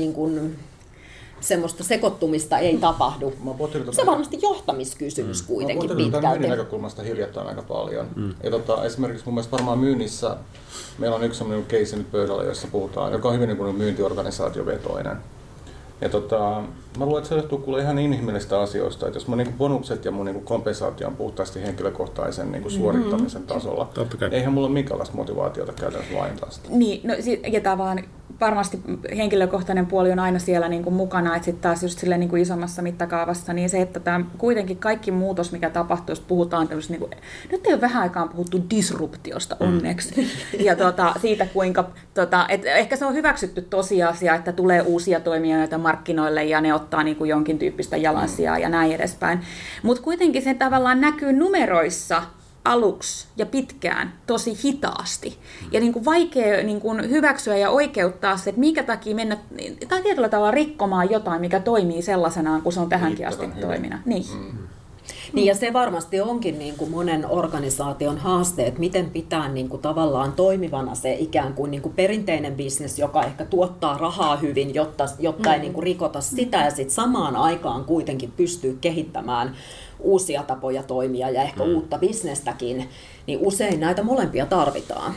semmoista sekoittumista ei tapahdu. Se on varmasti johtamiskysymys kuitenkin pitkälti. Myynnin näkökulmasta hiljattain aika paljon. Ja esimerkiksi mun mielestä varmaan myynnissä meillä on yksi sellainen case nyt pöydällä, jossa puhutaan, joka on hyvin myyntiorganisaatiovetoinen. Ja mä luulen, että se johtuu kuule ihan inhimillisistä asioista, että jos mun bonukset ja mun kompensaatio on puhtaasti henkilökohtaisen suorittamisen tasolla, eihän mulla ole minkäänlaista motivaatiota käytännössä laajentaa sitä. Niin, ja vaan varmasti henkilökohtainen puoli on aina siellä mukana, että sitten taas just silleen isommassa mittakaavassa, niin se, että tämä kuitenkin kaikki muutos, mikä tapahtuu, jos puhutaan tämmöistä, nyt ei ole vähän aikaan puhuttu disruptiosta onneksi, ja siitä kuinka, että ehkä se on hyväksytty tosiasia, että tulee uusia toimijoita markkinoille ja ne ottaa jonkin tyyppistä jalansijaa ja näin edespäin, mutta kuitenkin se tavallaan näkyy numeroissa aluksi ja pitkään tosi hitaasti. Ja vaikea hyväksyä ja oikeuttaa se, että minkä takia mennä tai tietyllä tavalla rikkomaan jotain, mikä toimii sellaisenaan, kun se on tähänkin asti toiminut. Niin. Niin ja se varmasti onkin monen organisaation haaste, että miten pitää tavallaan toimivana se ikään kuin perinteinen bisnes, joka ehkä tuottaa rahaa hyvin, jotta ei rikota sitä ja sitten samaan aikaan kuitenkin pystyy kehittämään uusia tapoja toimia ja ehkä uutta bisnestäkin, niin usein näitä molempia tarvitaan.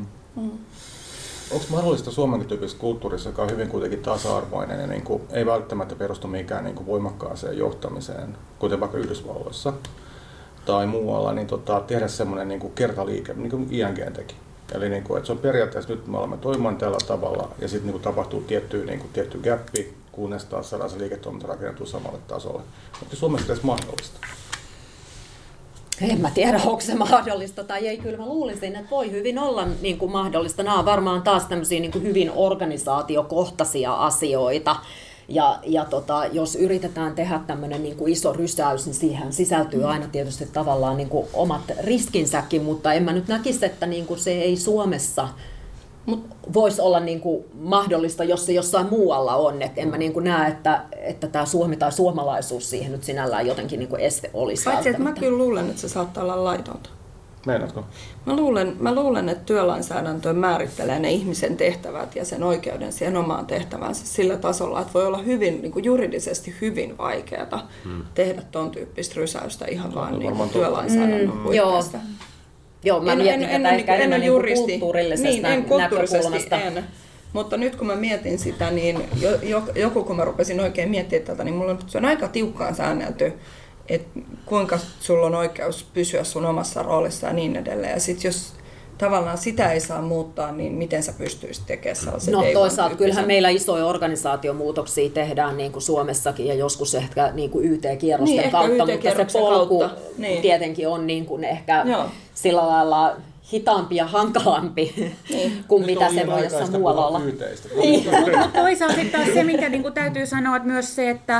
Onko mahdollista Suomen tyyppisessä kulttuurissa, joka on hyvin kuitenkin tasa-arvoinen ja ei välttämättä perustu mikään voimakkaaseen johtamiseen, kuten vaikka Yhdysvalloissa tai muualla, niin tehdä semmoinen kertaliike, niin kuin ING teki. Eli että se on periaatteessa nyt me olemme toimimaan tällä tavalla ja sitten tapahtuu tietty gappi, kunnes taas saadaan se liiketoiminta rakentuu samalle tasolle. Onko Suomessa edes mahdollista? En mä tiedä, onko se mahdollista tai ei. Kyllä mä luulisin, että voi hyvin olla mahdollista. Nämä on varmaan taas tämmöisiä hyvin organisaatiokohtaisia asioita. Ja jos yritetään tehdä tämmöinen iso rysäys, niin siihen sisältyy aina tietysti tavallaan omat riskinsäkin, mutta en mä nyt näkisi, että se ei Suomessa voisi olla mahdollista, jos se jossain muualla on. Et en mä näe, että tämä Suomi tai suomalaisuus siihen nyt sinällään jotenkin este olisi. Paitsi, että mä kyllä luulen, että se saattaa olla laitonta. Meinaatko? Mä luulen, että työlainsäädäntö määrittelee ne ihmisen tehtävät ja sen oikeuden siihen omaan tehtävänsä sillä tasolla, että voi olla hyvin, niin kuin juridisesti hyvin vaikeaa tehdä ton tyyppistä rysäystä ihan vaan niin työlainsäädännön puitteista. Joo, mä mietin tätä ehkä enemmän kulttuurillisesta näkökulmasta. Mutta nyt kun mä mietin sitä, niin joku kun mä rupesin oikein miettimään tätä, niin mulla se on aika tiukkaan säännelty, että kuinka sulla on oikeus pysyä sun omassa roolissa ja niin edelleen. Ja sitten jos tavallaan sitä ei saa muuttaa, niin miten sä pystyisit tekemään sellaisen toisaalta kyllähän meillä isoja organisaatiomuutoksia tehdään niin kuin Suomessakin ja joskus ehkä niin kuin YT-kierrosten kautta, mutta se polku tietenkin on niin kuin ehkä sillä lailla hitaampi ja hankalampi kuin mitä se voi jossain muualla olla. Toisaalta sitten taas se, mikä niin kuin täytyy sanoa, että myös se, että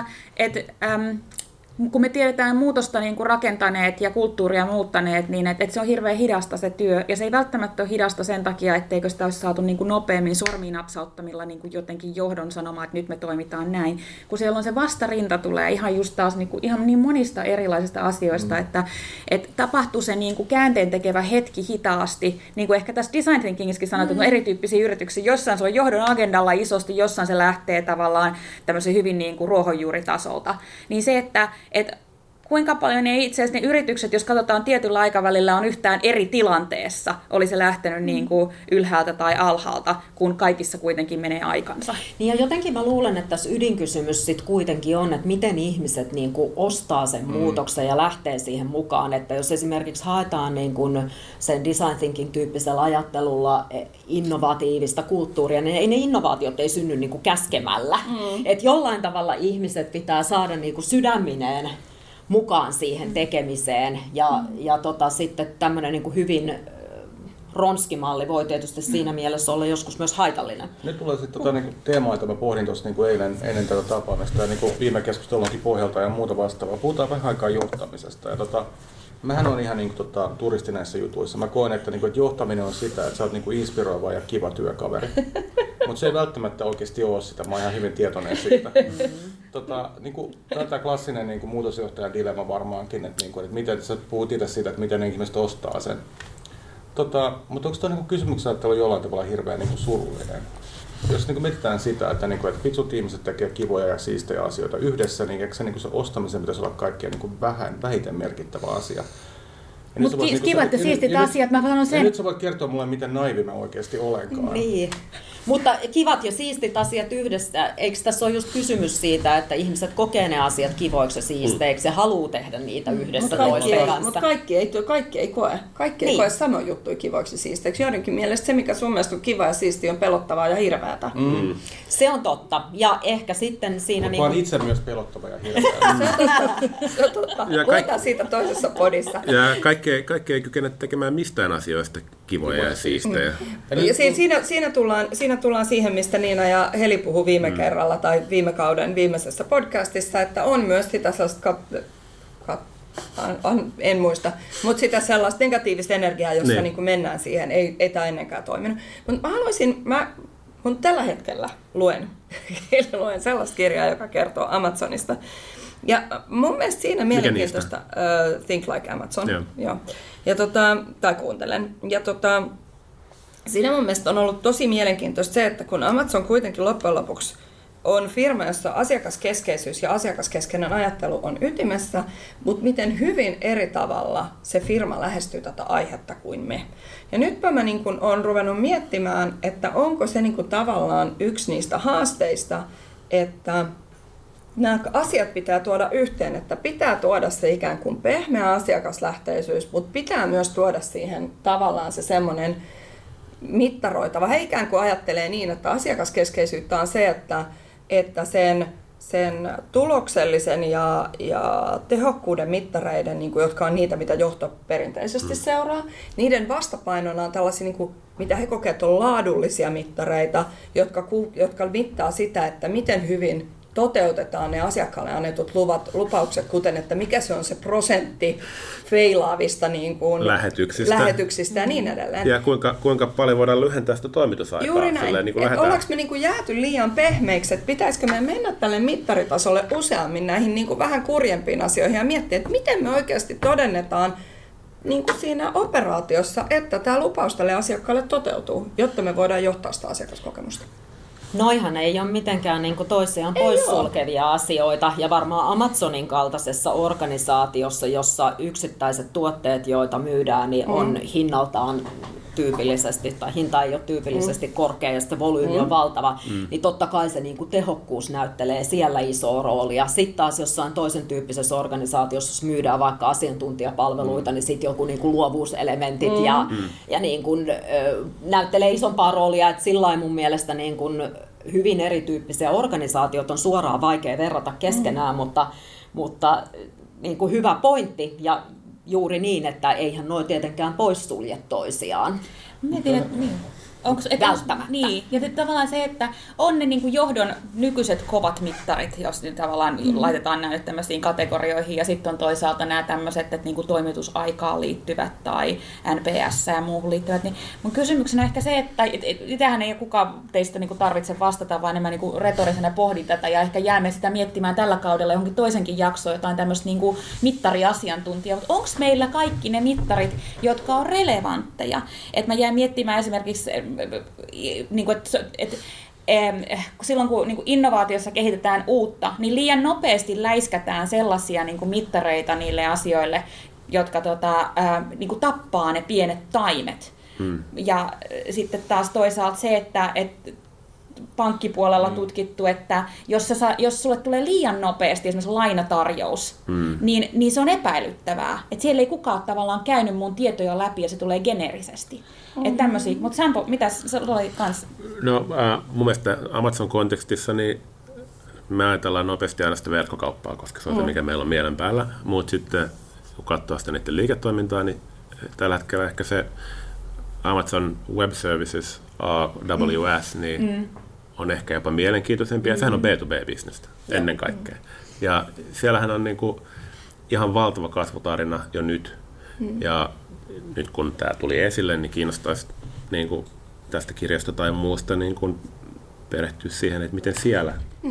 kun me tiedetään muutosta niin kuin rakentaneet ja kulttuuria muuttaneet, niin että se on hirveän hidasta se työ. Ja se ei välttämättä ole hidasta sen takia, etteikö sitä olisi saatu niin kuin nopeammin sormiin napsauttamilla niin kuin jotenkin johdon sanomaan, että nyt me toimitaan näin. Kun siellä on se vastarinta tulee ihan just taas niin kuin, ihan niin monista erilaisista asioista, että tapahtuu se niin kuin käänteen tekevä hetki hitaasti. Niin kuin ehkä tässä design thinkingissäkin sanotaan, että on erityyppisiä yrityksiä. Jossain se on johdon agendalla isosti, jossain se lähtee tavallaan tämmöisen hyvin niin kuin ruohonjuuritasolta. Niin se, että kuinka paljon ne itse asiassa ne yritykset, jos katsotaan tietyllä aikavälillä, on yhtään eri tilanteessa, oli se lähtenyt niin kuin ylhäältä tai alhaalta, kun kaikissa kuitenkin menee aikansa. Niin ja jotenkin mä luulen, että tässä ydinkysymys sit kuitenkin on, että miten ihmiset niin kuin ostaa sen muutoksen ja lähtee siihen mukaan. Että jos esimerkiksi haetaan niin kuin sen design thinking tyyppisellä ajattelulla innovatiivista kulttuuria, niin ei ne innovaatiot ei synny niin kuin käskemällä. Että jollain tavalla ihmiset pitää saada niin kuin sydämineen mukaan siihen tekemiseen ja sitten tämmöinen niin kuin hyvin ronskimalli voi tietysti siinä mielessä olla joskus myös haitallinen. Nyt tulee sitten niin teemaa, jota mä pohdin tuossa niin ennen tätä tapaamista ja niin viime keskustelunkin pohjalta ja muuta vastaavaa. Puhutaan vähän aikaa johtamisesta. Ja mähän on ihan niin kuin, turisti näissä jutuissa. Mä koen, että johtaminen on sitä, että sä oot niin kuin inspiroiva ja kiva työkaveri. Mutta se ei välttämättä oikeasti ole sitä. Mä oon ihan hyvin tietoinen siitä. Tämä klassinen niin kuin muutosjohtajan dilemma varmaankin, että miten sä puhut itse siitä, että miten ihmiset ostaa sen. Mutta onko tuo niin kysymyksessä, että on jollain tavalla hirveän niin kuin surullinen? Jos niin mietitään sitä, että fiksut ihmiset tekee kivoja ja siistejä asioita yhdessä, niin eikö se ostamisen pitäisi olla kaikkein niin vähiten merkittävä asia? Mutta kivat ja siistit asiat, mä sanon sen. Ja nyt sä voit kertoa mulle, miten naivi mä oikeasti olenkaan. Niin. Mutta kivat ja siistit asiat yhdessä, eikö tässä ole just kysymys siitä, että ihmiset kokee ne asiat kivoiksi ja siisteiksi ja haluaa tehdä niitä yhdessä toisten kanssa? Mutta kaikki ei koe. Kaikki ei koe samoja juttuja kivoiksi ja siisteiksi. Joidenkin mielestä se, mikä sun mielestä on kiva ja siisti, on pelottavaa ja hirveätä. Se on totta. Ja ehkä sitten siinä... Mutta vaan itse myös pelottava ja hirveätä. Se on totta. Puhutaan siitä toisessa podissa. Ja kaikki ei kykene tekemään mistään asioista kivoja ja siistejä. Siinä tullaan siihen, mistä Niina ja Heli puhui viime kerralla tai viime kauden viimeisessä podcastissa, että on myös sitä sellaista, en muista, mutta sitä sellaista negatiivista energiaa, jossa niin kuin mennään siihen, ei tämä ennenkään toiminut. Mutta mä tällä hetkellä luen sellaista kirjaa, joka kertoo Amazonista. Ja mun mielestä siinä mielenkiintoista Think Like Amazon. Joo. Ja tai kuuntelen. Ja siinä mun mielestä on ollut tosi mielenkiintoista se, että kun Amazon kuitenkin loppujen lopuksi on firma, jossa asiakaskeskeisyys ja asiakaskeskeinen ajattelu on ytimessä, mutta miten hyvin eri tavalla se firma lähestyy tätä aihetta kuin me. Ja nytpä mä niin kun olen ruvennut miettimään, että onko se niin kun tavallaan yksi niistä haasteista, että nämä asiat pitää tuoda yhteen, että pitää tuoda se ikään kuin pehmeä asiakaslähtöisyys, mutta pitää myös tuoda siihen tavallaan se semmoinen mittaroitava. He ikään kuin ajattelee niin, että asiakaskeskeisyyttä on se, että sen tuloksellisen ja tehokkuuden mittareiden, niin kuin, jotka on niitä, mitä johto perinteisesti seuraa, niiden vastapainona on tällaisia, niin kuin, mitä he kokevat, on laadullisia mittareita, jotka mittaa sitä, että miten hyvin toteutetaan ne asiakkaalle annetut lupaukset, kuten että mikä se on se prosentti feilaavista niin kuin lähetyksistä ja niin edelleen. Ja kuinka paljon voidaan lyhentää sitä toimitusaikaa. Juuri näin. Niin ollaanko me niin kuin jääty liian pehmeiksi, että pitäisikö me mennä tälle mittaritasolle useammin näihin niin kuin vähän kurjempiin asioihin ja miettiä, että miten me oikeasti todennetaan niin kuin siinä operaatiossa, että tämä lupaus tälle asiakkaalle toteutuu, jotta me voidaan johtaa sitä asiakaskokemusta? Noihan ei ole mitenkään niin kuin toisiaan poissulkevia asioita, ja varmaan Amazonin kaltaisessa organisaatiossa, jossa yksittäiset tuotteet, joita myydään, niin on hinnaltaan tyypillisesti, tai hinta ei ole tyypillisesti korkea ja se volyymi on valtava, niin totta kai se niin kuin tehokkuus näyttelee siellä isoa roolia. Sitten taas jossain toisen tyyppisessä organisaatiossa, jos myydään vaikka asiantuntijapalveluita, niin sitten joku niin kuin luovuuselementit ja niin kuin, näyttelee isompaa roolia, että sillä lailla mun mielestä niin kuin hyvin erityyppisiä organisaatioita on suoraan vaikea verrata keskenään, mutta niin kuin hyvä pointti ja juuri niin, että eihän nuo tietenkään poissulje toisiaan. Mietin, että niin. Välttämättä. Niin, ja tavallaan se, että on ne niin kuin johdon nykyiset kovat mittarit, jos nyt tavallaan laitetaan nämä nyt tämmöisiin kategorioihin, ja sitten on toisaalta nämä tämmöiset, että niin kuin toimitusaikaan liittyvät tai NPS ja muuhun liittyvät. Niin mun kysymyksenä ehkä se, että itsehän ei kukaan teistä niin kuin tarvitse vastata, vaan enemmän niin kuin retorisena pohdin tätä, ja ehkä jäämme sitä miettimään tällä kaudella johonkin toisenkin jaksoon, jotain tämmöistä niin kuin mittariasiantuntijaa. Mutta onko meillä kaikki ne mittarit, jotka on relevantteja? Että mä jään miettimään esimerkiksi niin kuin, että silloin kun niin kuin innovaatiossa kehitetään uutta, niin liian nopeasti läiskätään sellaisia niin kuin mittareita niille asioille, jotka niin kuin tappaa ne pienet taimet. Ja sitten taas toisaalta se, että pankkipuolella tutkittu, että jos sulle tulee liian nopeasti esimerkiksi lainatarjous, niin se on epäilyttävää. Että siellä ei kukaan tavallaan käynyt mun tietoja läpi ja se tulee geneerisesti. Että tämmöisiä. Mutta Sampo, mitäs sä oli kans? No mun mielestä Amazon-kontekstissa niin me ajatellaan nopeasti aina sitä verkkokauppaa, koska se on se, mikä meillä on mielen päällä. Mutta sitten kun katsoo sitä niiden liiketoimintaa, niin tällä hetkellä ehkä se Amazon Web Services, AWS, niin on ehkä jopa mielenkiintoisempi, ja sehän on B2B-bisnestä ennen kaikkea. Ja siellähän on niinku ihan valtava kasvutarina jo nyt, ja nyt kun tämä tuli esille, niin kiinnostaisi niinku tästä kirjasta tai muusta niinku perehtyä siihen, että miten siellä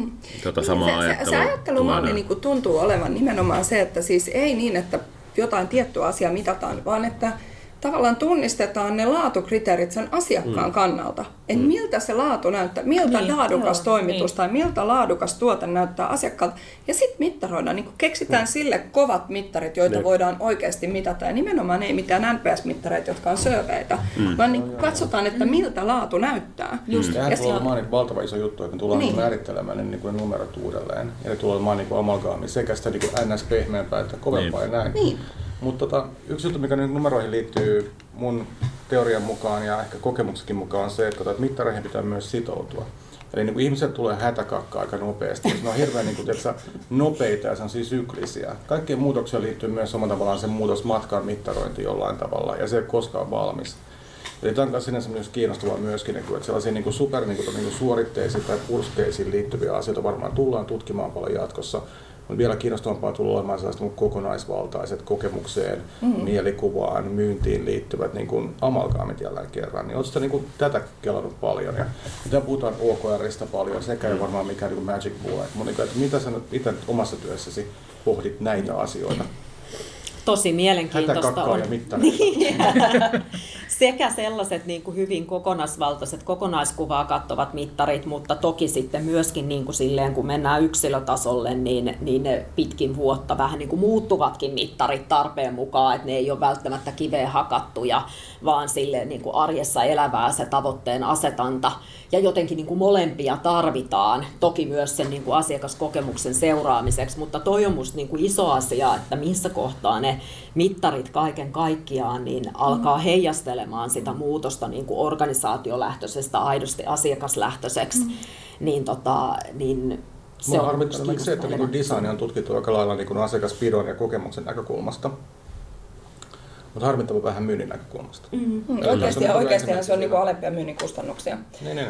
samaa ajattelua. Se ajattelumalli niinku tuntuu olevan nimenomaan se, että siis ei niin, että jotain tiettyä asiaa mitataan, vaan että tavallaan tunnistetaan ne laatukriteerit sen asiakkaan kannalta. Että miltä se laatu näyttää, miltä laadukas toimitus tai miltä laadukas tuote näyttää asiakkaalta. Ja sitten mittaroidaan, niin keksitään sille kovat mittarit, joita voidaan oikeasti mitata. Ja nimenomaan ei mitään NPS-mittareita, jotka on surveyta, vaan niin katsotaan, että miltä laatu näyttää. Tähän tulee olemaan valtava iso juttu, että me tullaan määrittelemään ne numerot uudelleen. Eli tulee olemaan amalgaami sekä sitä NS-pehmeämpää että kovempaa ja näin. Mutta yksi juttu, mikä nyt numeroihin liittyy mun teorian mukaan ja ehkä kokemuksenkin mukaan on se, että mittareihin pitää myös sitoutua. Eli niin ihmiset tulee hätäkakkaa aika nopeasti. Ne on hirveän nopeita ja se on siis syklisiä. Kaikkien muutokseen liittyy myös omalla tavallaan se muutosmatkan mittarointi jollain tavalla ja se ei ole koskaan valmis. Eli tämä on myös sinänsä myös kiinnostavaa myöskin, että sellaisia suoritteisiin tai purskeisiin liittyviä asioita varmaan tullaan tutkimaan paljon jatkossa. On vielä kiinnostavampaa tulla olemaan sellaiset kokonaisvaltaiset kokemukseen, mielikuvaan, myyntiin liittyvät amalgaamit jälleen kerran. Niin oletko sitä tätä kelannut paljon? Ja mitä puhutaan OKRista paljon, sekä ei varmaan mikään magic bullet. Monika, että mitä sä nyt itse omassa työssäsi pohdit näitä asioita? Tosi mielenkiintoista on. Ja mittareita. Sekä sellaiset niin kuin hyvin kokonaisvaltaiset, kokonaiskuvaa kattovat mittarit, mutta toki sitten myöskin niin kuin silleen, kun mennään yksilötasolle, niin ne pitkin vuotta vähän niin kuin muuttuvatkin mittarit tarpeen mukaan, että ne ei ole välttämättä kiveen hakattuja, vaan silleen niin kuin arjessa elävää se tavoitteen asetanta. Ja jotenkin niin kuin molempia tarvitaan, toki myös sen niin kuin asiakaskokemuksen seuraamiseksi, mutta toi on musta niin kuin iso asia, että missä kohtaa ne mittarit kaiken kaikkiaan niin alkaa heijastelemaan sitä muutosta niin kuin organisaatiolähtöisestä aidosti asiakaslähtöiseksi. Niin se on harmittanut se, että niin design on tutkittu aika lailla niin asiakaspidon ja kokemuksen näkökulmasta. Mutta harmittava vähän myynnin näkökulmasta. Oikeasti se on niin alempia myynnin kustannuksia. Niin.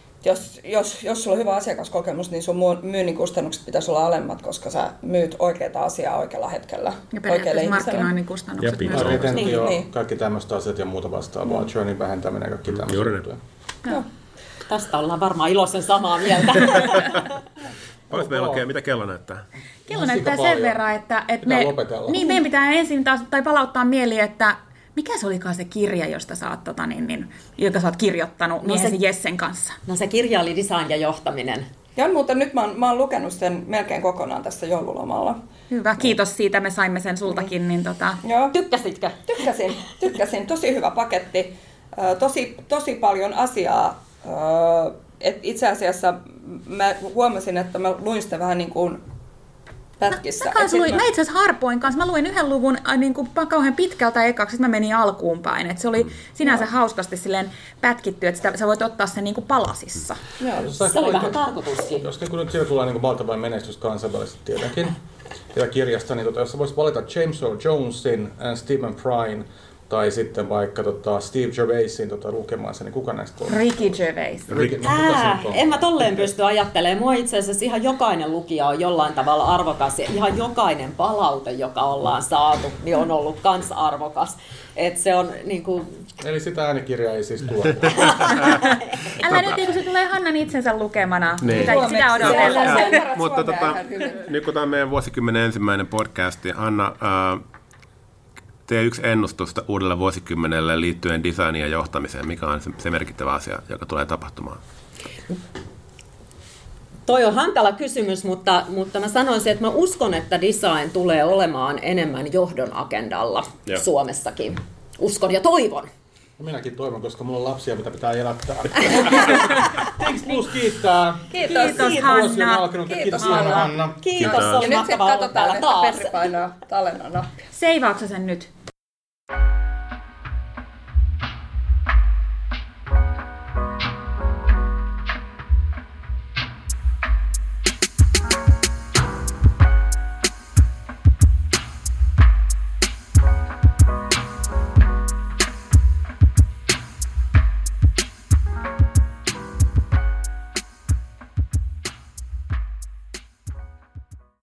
Jos sulla on hyvä asiakaskokemus, niin sun myynnin kustannukset pitäisi olla alemmat, koska sä myyt oikeaa asiaa oikealla hetkellä. Ja periaatteessa markkinoinnin kustannukset myös. Retentio, kaikki tämmöiset asiat ja muuta vastaavaa. Churnin vähentäminen ja kaikki tämmöiset juttuja. Tästä ollaan varmaan iloisen samaa mieltä. Paljon meillä oikein, mitä kello näyttää? Kello näyttää sen verran, että meidän pitää ensin taas palauttaa mieliin, että mikä se olikaan se kirja, josta sä oot, jota sä oot kirjoittanut miehesi Jessen kanssa? No se kirja oli Design ja johtaminen. Ja muuten nyt mä oon lukenut sen melkein kokonaan tässä joululomalla. Hyvä, kiitos siitä, me saimme sen sultakin. Niin Joo. Tykkäsitkö? Tykkäsin. Tosi hyvä paketti. Tosi paljon asiaa. Itse asiassa mä huomasin, että mä luin sitä vähän niin kuin pätkissä. Mä itse asiassa harpoin kanssa. Mä luin yhden luvun niin kuin kauhean pitkältä ekaksi, sitten mä menin alkuun päin. Et se oli sinänsä hauskasti silleen pätkitty, että sä voit ottaa sen niin kuin palasissa. Se oli vähän tarkoituskin. Jos nyt siellä tulee niin valtava menestys kansainvälisesti tietenkin ja kirjasta, niin jos sä voisit valita James Earl Jonesin, Stephen Prine tai sitten vaikka Steve Gervaisin lukemaan sen, niin kuka näistä on? Ricky Gervais. En mä tolleen pysty ajattelemaan. Mua itse asiassa ihan jokainen lukija on jollain tavalla arvokas ja ihan jokainen palaute, joka ollaan saatu, niin on ollut kans arvokas. Et se on niinku... Eli sitä äänikirjaa ei siis tule. Älä nyt, kun se tulee Hannan itsensä lukemana. Niin. Sitä odotellaan. Mutta nyt kun tämä on meidän vuosikymmenen ensimmäinen podcasti, Hanna, tee yksi ennustusta uudelle vuosikymmenelle liittyen designiin ja johtamiseen. Mikä on se merkittävä asia, joka tulee tapahtumaan? Toi on hankala kysymys, mutta mä sanoisin, että mä uskon, että design tulee olemaan enemmän johdon agendalla Suomessakin. Uskon ja toivon. Minäkin toivon, koska mulla on lapsia, mitä pitää elättää. Thanks Plus kiittää. Kiitos Hanna. Kiitos Hanna. Kiitos, oli ja nyt mahtavaa olla täällä taas. Petri painaa tallenna nappia. Seivaatko sen nyt?